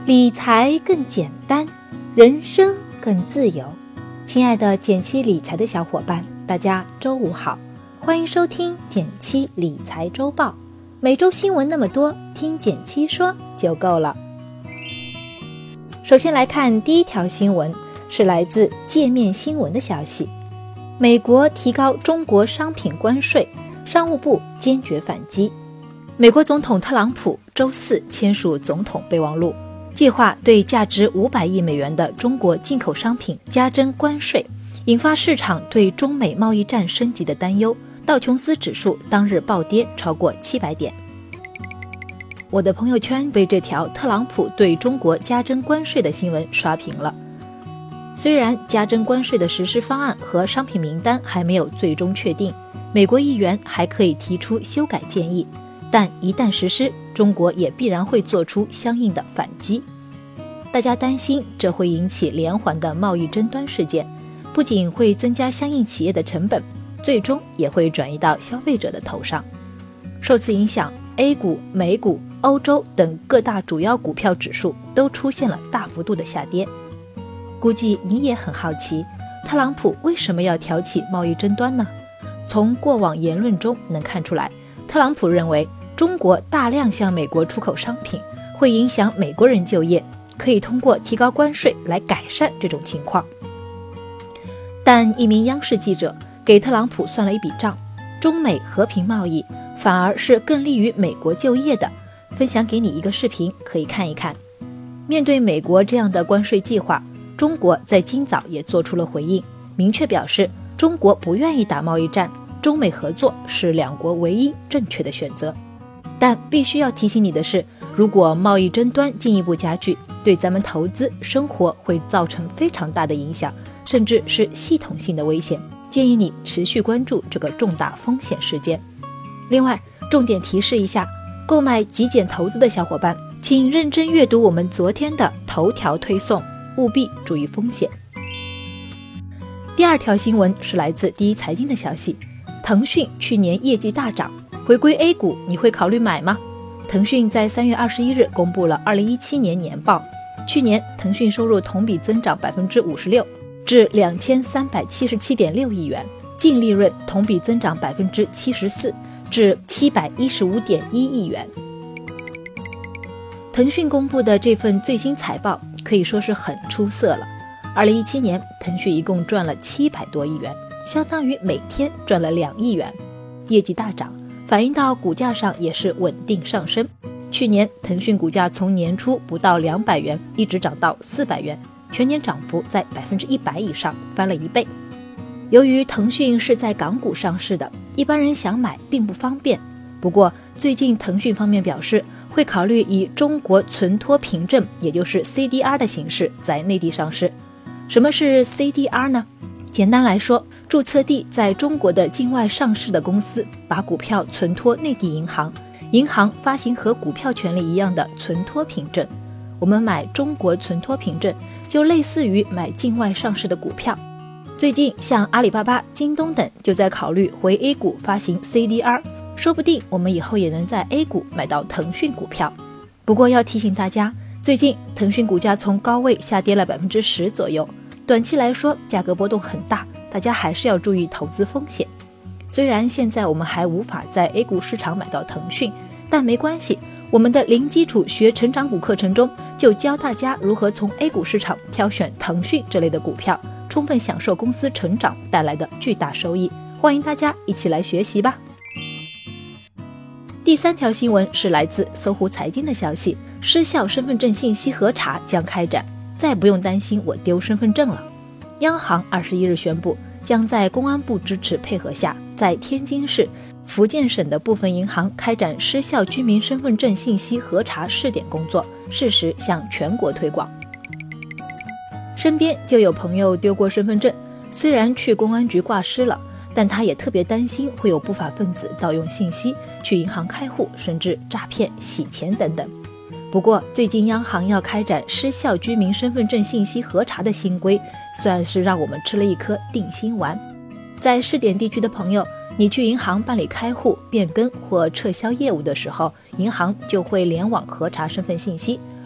理财更简单，人生更自由。亲爱的减七理财的小伙伴，大家周五好，欢迎收听减七理财周报。每周新闻那么多，听减七说就够了。首先来看第一条新闻，是来自界面新闻的消息。美国提高中国商品关税，商务部坚决反击。美国总统特朗普周四签署总统备忘录，计划对价值500亿美元的中国进口商品加征关税，引发市场对中美贸易战升级的担忧。道琼斯指数当日暴跌超过700点。我的朋友圈被这条特朗普对中国加征关税的新闻刷屏了。虽然加征关税的实施方案和商品名单还没有最终确定，美国议员还可以提出修改建议，但一旦实施，中国也必然会做出相应的反击。大家担心这会引起连环的贸易争端事件，不仅会增加相应企业的成本，最终也会转移到消费者的头上。受此影响， A 股、美股、欧洲等各大主要股票指数都出现了大幅度的下跌。估计你也很好奇，特朗普为什么要挑起贸易争端呢？从过往言论中能看出来，特朗普认为中国大量向美国出口商品会影响美国人就业，可以通过提高关税来改善这种情况。但一名央视记者给特朗普算了一笔账，中美和平贸易反而是更利于美国就业的。分享给你一个视频，可以看一看。面对美国这样的关税计划，中国在今早也做出了回应，明确表示中国不愿意打贸易战，中美合作是两国唯一正确的选择。但必须要提醒你的是，如果贸易争端进一步加剧，对咱们投资生活会造成非常大的影响，甚至是系统性的危险，建议你持续关注这个重大风险事件。另外，重点提示一下，购买极简投资的小伙伴，请认真阅读我们昨天的头条推送，务必注意风险。第二条新闻是来自第一财经的消息，腾讯去年业绩大涨，回归 A 股，你会考虑买吗？腾讯在3月21日公布了2017年年报，去年腾讯收入同比增长 56%， 至 2377.6 亿元，净利润同比增长 74%， 至 715.1 亿元。腾讯公布的这份最新财报可以说是很出色了。2017年，腾讯一共赚了700多亿元，相当于每天赚了2亿元，业绩大涨，反映到股价上也是稳定上升。去年腾讯股价从年初不到200元一直涨到400元，全年涨幅在 100% 以上，翻了1倍。由于腾讯是在港股上市的，一般人想买并不方便。不过最近腾讯方面表示，会考虑以中国存托凭证，也就是 CDR 的形式在内地上市。什么是 CDR 呢？简单来说，注册地在中国的境外上市的公司把股票存托内地银行，银行发行和股票权利一样的存托凭证。我们买中国存托凭证就类似于买境外上市的股票。最近像阿里巴巴、京东等就在考虑回 A 股发行 CDR， 说不定我们以后也能在 A 股买到腾讯股票。不过要提醒大家，最近腾讯股价从高位下跌了 10% 左右，短期来说价格波动很大，大家还是要注意投资风险。虽然现在我们还无法在 A 股市场买到腾讯，但没关系，我们的零基础学成长股课程中就教大家如何从 A 股市场挑选腾讯这类的股票，充分享受公司成长带来的巨大收益。欢迎大家一起来学习吧。第三条新闻是来自搜狐财经的消息，失效身份证信息核查将开展，再不用担心我丢身份证了。央行21日宣布，将在公安部支持配合下，在天津市、福建省的部分银行开展失效居民身份证信息核查试点工作，适时向全国推广。身边就有朋友丢过身份证，虽然去公安局挂失了，但他也特别担心会有不法分子盗用信息去银行开户，甚至诈骗、洗钱等等。不过最近央行要开展失效居民身份证信息核查的新规，算是让我们吃了一颗定心丸。在试点地区的朋友，你去银行办理开户、变更或撤销业务的时候，银行就会联网核查身份信息，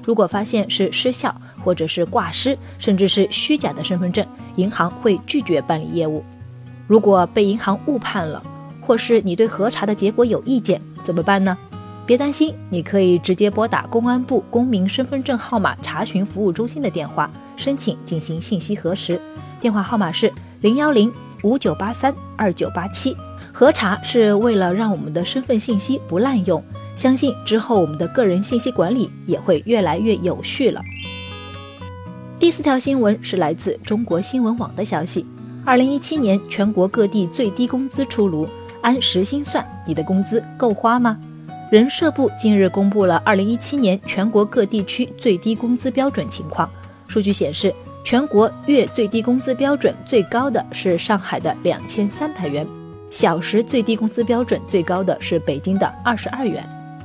如果发现是失效或者是挂失，甚至是虚假的身份证，银行会拒绝办理业务。如果被银行误判了，或是你对核查的结果有意见，怎么办呢？别担心，你可以直接拨打公安部公民身份证号码查询服务中心的电话，申请进行信息核实。电话号码是010-5983-2987。核查是为了让我们的身份信息不滥用，相信之后我们的个人信息管理也会越来越有序了。第4条新闻是来自中国新闻网的消息，2017年全国各地最低工资出炉，按时薪算，你的工资够花吗？人社部近日公布了2017年全国各地区最低工资标准情况。数据显示，全国月最低工资标准最高的是上海的2300元，小时最低工资标准最高的是北京的22元。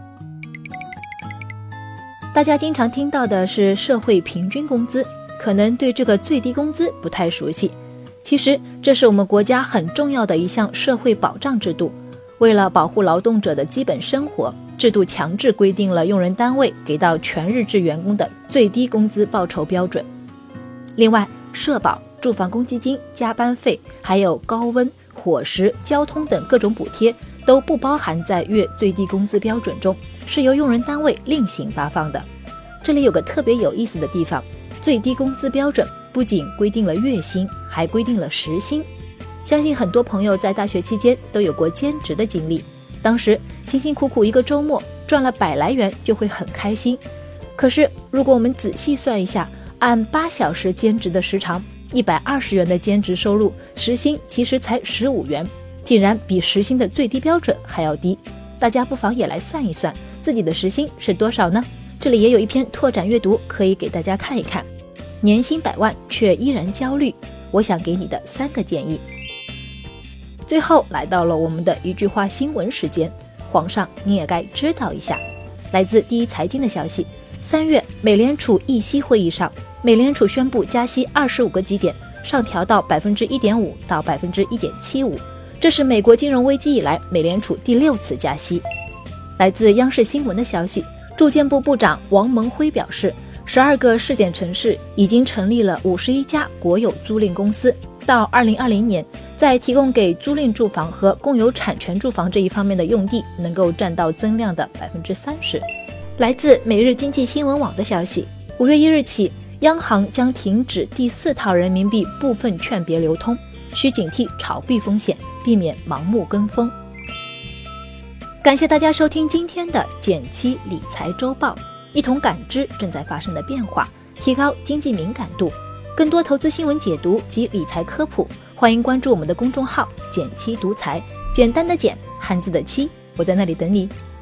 大家经常听到的是社会平均工资，可能对这个最低工资不太熟悉。其实这是我们国家很重要的一项社会保障制度，为了保护劳动者的基本生活，制度强制规定了用人单位给到全日制员工的最低工资报酬标准。另外，社保、住房公积金、加班费，还有高温、伙食、交通等各种补贴都不包含在月最低工资标准中，是由用人单位另行发放的。这里有个特别有意思的地方，最低工资标准不仅规定了月薪，还规定了时薪。相信很多朋友在大学期间都有过兼职的经历，当时辛辛苦苦一个周末赚了100来元就会很开心。可是如果我们仔细算一下，按8小时兼职的时长，120元的兼职收入，时薪其实才15元，竟然比时薪的最低标准还要低。大家不妨也来算一算自己的时薪是多少呢？这里也有一篇拓展阅读可以给大家看一看，年薪100万却依然焦虑，我想给你的3个建议。最后来到了我们的一句话新闻时间，皇上你也该知道一下。来自第一财经的消息，3月美联储议息会议上，美联储宣布加息25个基点，上调到 1.5% 到 1.75%， 这是美国金融危机以来美联储第6次加息。来自央视新闻的消息，住建部部长王蒙辉表示，12个试点城市已经成立了51家国有租赁公司，到2020年，在提供给租赁住房和共有产权住房这一方面的用地能够占到增量的 30%。 来自每日经济新闻网的消息，5月1日起，央行将停止第4套人民币部分券别流通，需警惕炒币风险，避免盲目跟风。感谢大家收听今天的减七理财周报，一同感知正在发生的变化，提高经济敏感度。更多投资新闻解读及理财科普，欢迎关注我们的公众号减七独裁，简单的简，汉字的七，我在那里等你。